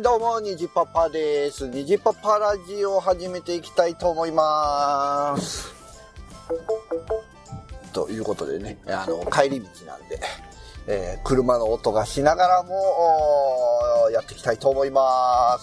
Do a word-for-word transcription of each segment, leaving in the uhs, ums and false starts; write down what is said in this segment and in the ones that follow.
はいどうも、にじパパです。にじパパラジオを始めていきたいと思います。ということでね、あの、帰り道なんで、えー、車の音がしながらも、やっていきたいと思います。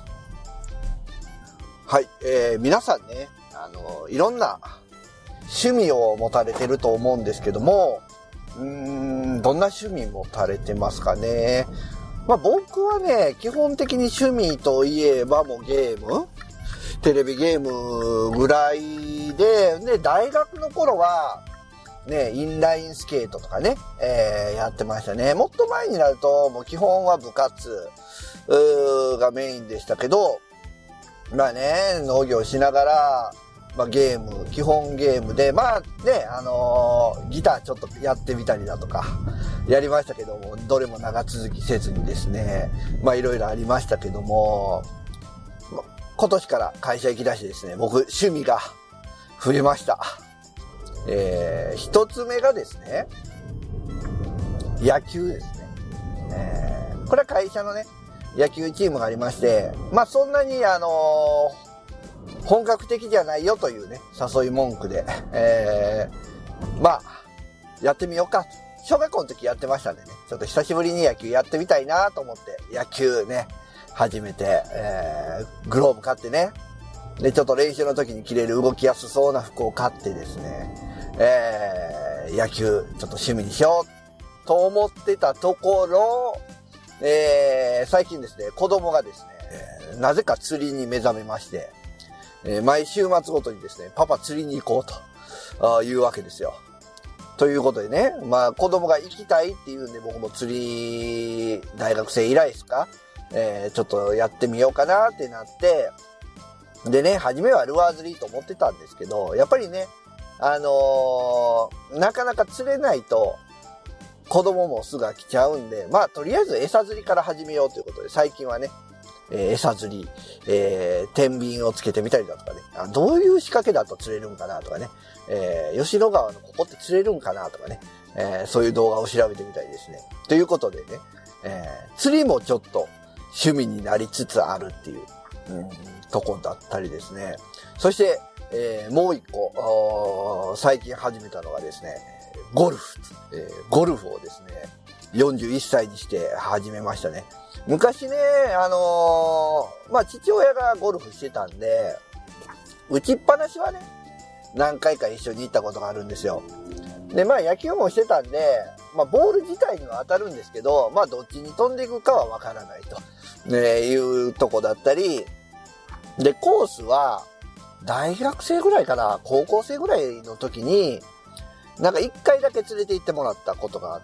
はい、えー、皆さんね、あの、いろんな趣味を持たれてると思うんですけども、うーん、どんな趣味持たれてますかね。まあ僕はね、基本的に趣味といえばもうゲームテレビゲームぐらいで、で、大学の頃は、ね、インラインスケートとかね、えー、やってましたね。もっと前になると、もう基本は部活がメインでしたけど、まあね、農業しながら、まあゲーム、基本ゲームで、まあね、あのー、ギターちょっとやってみたりだとか、やりましたけども、どれも長続きせずにですね、まあいろいろありましたけども、今年から会社行き出してですね、僕趣味が増えました。えー、一つ目がですね、野球ですね。えー、これは会社のね、野球チームがありまして、まあそんなにあのー、本格的じゃないよというね、誘い文句で、えー、まあ、やってみようか。小学校の時やってましたんでね、ちょっと久しぶりに野球やってみたいなと思って、野球ね、始めて、えー、グローブ買ってね、で、ちょっと練習の時に着れる動きやすそうな服を買ってですね、えー、野球ちょっと趣味にしようと思ってたところ、えー、最近ですね、子供がですね、なぜか釣りに目覚めまして、えー、毎週末ごとにですね、パパ釣りに行こうというわけですよ。ということでね、まあ子供が行きたいっていうんで僕も釣り、大学生以来ですか、えー、ちょっとやってみようかなってなって、でね、初めはルアー釣りと思ってたんですけど、やっぱりね、あのー、なかなか釣れないと子供も巣が来ちゃうんで、まあとりあえず餌釣りから始めようということで、最近はね、えー、餌釣り、えー、天秤をつけてみたりだとかね、あ、どういう仕掛けだと釣れるんかなとかね、えー、吉野川のここって釣れるんかなとかね、えー、そういう動画を調べてみたりですね。ということでね、えー、釣りもちょっと趣味になりつつあるっていう、うん、とこだったりですね。そして、えー、もう一個、最近始めたのがですね、ゴルフ、えー、ゴルフをですね、よんじゅういっさいにして始めましたね。昔ね、あのー、まあ、父親がゴルフしてたんで、打ちっぱなしはね、何回か一緒に行ったことがあるんですよ。で、まあ、野球もしてたんで、まあ、ボール自体には当たるんですけど、まあ、どっちに飛んでいくかはわからないと、ね、いうとこだったり、で、コースは、大学生ぐらいかな、高校生ぐらいの時に、なんか一回だけ連れて行ってもらったことがあって、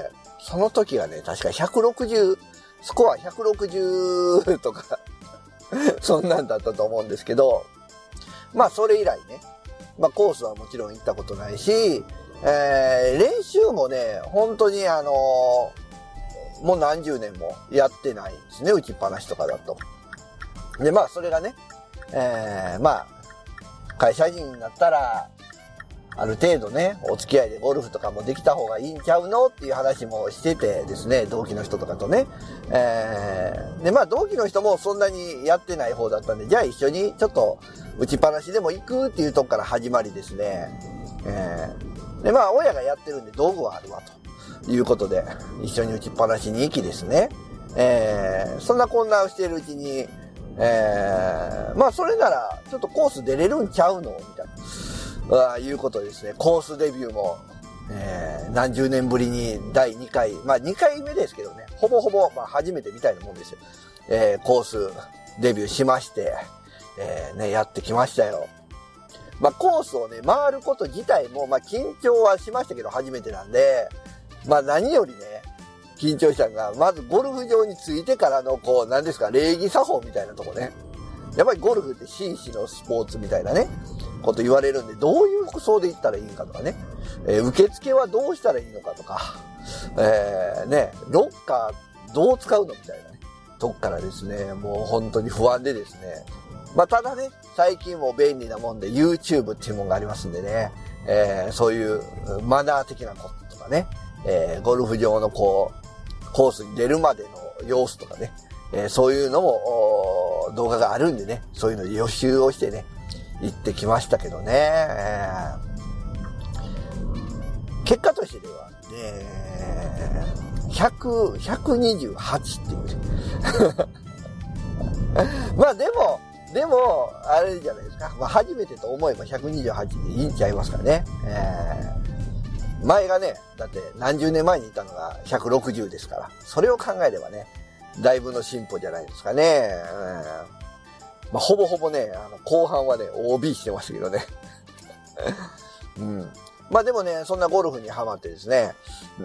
その時はね、確かひゃくろくじゅう、スコアひゃくろくじゅうとか、そんなんだったと思うんですけど、まあそれ以来ね、まあコースはもちろん行ったことないし、えー、練習もね、本当にあのー、もう何十年もやってないんですね、打ちっぱなしとかだと。で、まあそれがね、えー、まあ、会社人になったら、ある程度ね、お付き合いでゴルフとかもできた方がいいんちゃうのっていう話もしててですね、同期の人とかとね。えー、で、まあ同期の人もそんなにやってない方だったんで、じゃあ一緒にちょっと打ちっぱなしでも行くっていうとこから始まりですね。えー、で、まあ親がやってるんで道具はあるわということで、一緒に打ちっぱなしに行きですね。えー、そんなこんなをしているうちに、えー、まあそれならちょっとコース出れるんちゃうのみたいな。あいうことですね。コースデビューも、えー、何十年ぶりにだいにかい、まあにかいめですけどね、ほぼほぼ、まあ初めてみたいなもんですよ。えー、コースデビューしまして、えー、ね、やってきましたよ。まあコースをね、回ること自体も、まあ緊張はしましたけど、初めてなんで、まあ何よりね、緊張したのが、まずゴルフ場に着いてからの、こう、何ですか、礼儀作法みたいなとこね。やっぱりゴルフって紳士のスポーツみたいなね、こと言われるんで、どういう服装で行ったらいいんかとかね、えー、受付はどうしたらいいのかとか、えー、ね、ロッカーどう使うのみたいなね、とこからですね、もう本当に不安でですね、まあただね、最近も便利なもんで YouTube っていうものがありますんでね、えー、そういうマナー的なこととかね、えー、ゴルフ場のこう、コースに出るまでの様子とかね、 えー、そういうのも動画があるんでね、そういうの予習をしてね、行ってきましたけどね。えー、結果としてでは、ね、ひゃく、ひゃくにじゅうはちっていうね。まあでも、でも、あれじゃないですか。まあ初めてと思えばひゃくにじゅうはちでいいんちゃいますかね。えー、前がね、だって何十年前にいたのがひゃくろくじゅうですから、それを考えればね、だいぶの進歩じゃないですかね。えー、まあほぼほぼね、あの後半はね、オービー してましたけどね。うん。まあでもね、そんなゴルフにハマってですね、うん、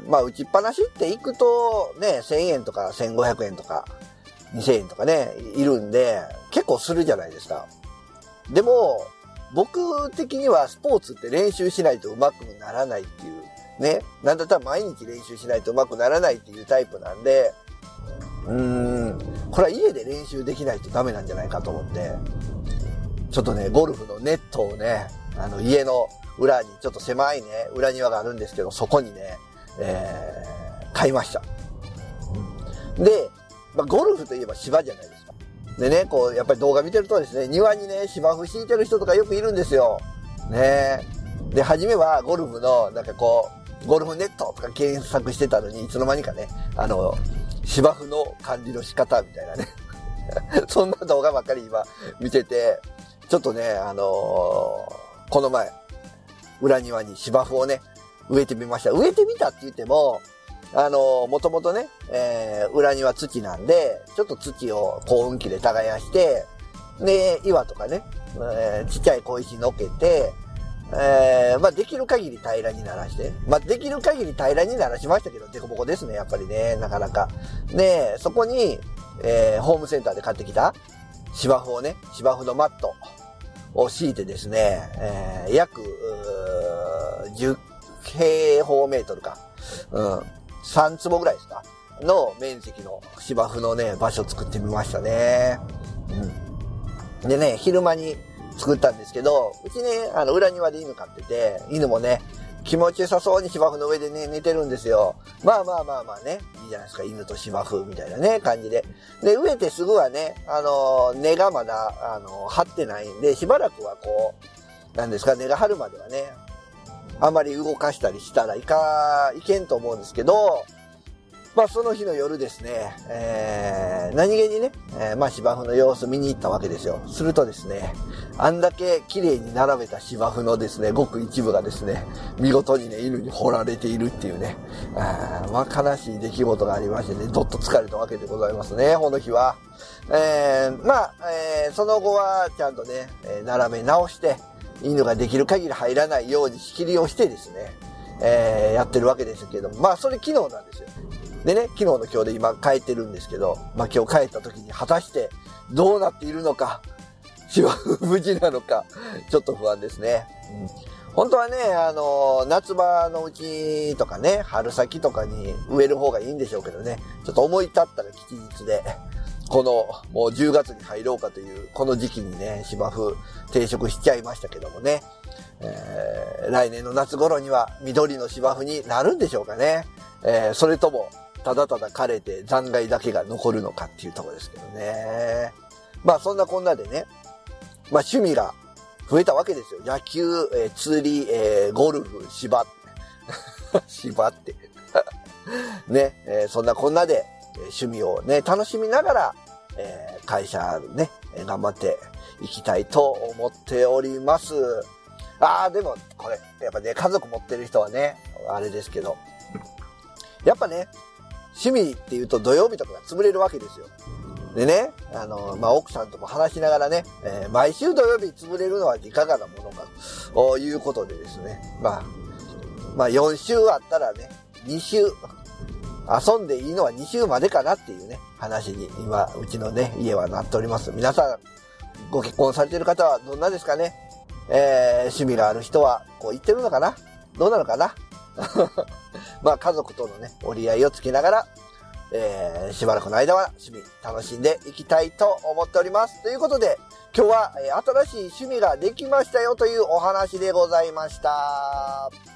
まあ打ちっぱなしって行くとね、せんえんとかせんごひゃくえんとかにせんえんとかね、いるんで、結構するじゃないですか。でも、僕的にはスポーツって練習しないと上手くならないっていう、ね。なんだったら毎日練習しないと上手くならないっていうタイプなんで、うーん、これは家で練習できないとダメなんじゃないかと思って、ちょっとね、ゴルフのネットをね、あの家の裏にちょっと狭いね、裏庭があるんですけど、そこにね、えー、買いました。で、まあ、ゴルフといえば芝じゃないですか。でね、こう、やっぱり動画見てるとですね、庭にね、芝生敷いてる人とかよくいるんですよ。ね。で、初めはゴルフの、なんかこう、ゴルフネットとか検索してたのに、いつの間にかね、あの、芝生の管理の仕方みたいなね。そんな動画ばっかり今見てて、ちょっとね、あのー、この前、裏庭に芝生をね、植えてみました。植えてみたって言っても、あの、もともとね、えー、裏庭土なんで、ちょっと土を耕運機で耕して、で、岩とかね、えー、ちっちゃい小石乗っけて、えー、まあ、できる限り平らにならして、まあ、できる限り平らにならしましたけど、デコボコですね、やっぱりね、なかなか。で、そこに、えー、ホームセンターで買ってきた芝生をね、芝生のマットを敷いてですね、えー、約、じゅう平方メートルか。うん。さん坪ぐらいですかの面積の芝生のね、場所を作ってみましたね。うん。でね、昼間に作ったんですけど、うちね、あの、裏庭で犬飼ってて、犬もね、気持ちよさそうに芝生の上でね、寝てるんですよ。まあまあまあまあね、いいじゃないですか、犬と芝生みたいなね、感じで。で、植えてすぐはね、あの、根がまだ、あの、張ってないんで、しばらくはこう、なんですか、根が張るまではね、あまり動かしたりしたらいか、いけんと思うんですけど、まあその日の夜ですね、えー、何気にね、えー、まあ芝生の様子見に行ったわけですよ。するとですね、あんだけ綺麗に並べた芝生のですね、ごく一部がですね、見事にね、犬に掘られているっていうね、あまあ悲しい出来事がありましてね、どっと疲れたわけでございますね、この日は。えー、まあ、えー、その後はちゃんとね、並べ直して、犬ができる限り入らないように仕切りをしてですね、えー、やってるわけですけども、まあそれ昨日なんですよ。でね、昨日の今日で今帰ってるんですけど、まあ今日帰った時に果たしてどうなっているのか、芝生無事なのか、ちょっと不安ですね。うん、本当はね、あの、夏場のうちとかね、春先とかに植える方がいいんでしょうけどね、ちょっと思い立ったら吉日で、この、もうじゅうがつに入ろうかという、この時期にね、芝生定食しちゃいましたけどもね、えー、来年の夏頃には緑の芝生になるんでしょうかね。えー、それとも、ただただ枯れて残骸だけが残るのかっていうところですけどね。まあそんなこんなでね、まあ趣味が増えたわけですよ。野球、えー、釣り、えー、ゴルフ、芝。芝って。ね、えー、そんなこんなで、趣味をね、楽しみながら、えー、会社ね、頑張っていきたいと思っております。ああ、でも、これ、やっぱね、家族持ってる人はね、あれですけど、やっぱね、趣味って言うと土曜日とかが潰れるわけですよ。でね、あの、まあ、奥さんとも話しながらね、えー、毎週土曜日潰れるのはいかがなものかということでですね、まあ、まあ、よん週あったらね、に週、遊んでいいのはに週までかなっていうね、話に今、うちのね、家はなっております。皆さん、ご結婚されている方はどんなですかね。えー、趣味がある人は、こう言ってるのかな？どうなのかな？まあ、家族とのね、折り合いをつけながら、えー、しばらくの間は趣味楽しんでいきたいと思っております。ということで、今日は、えー、新しい趣味ができましたよというお話でございました。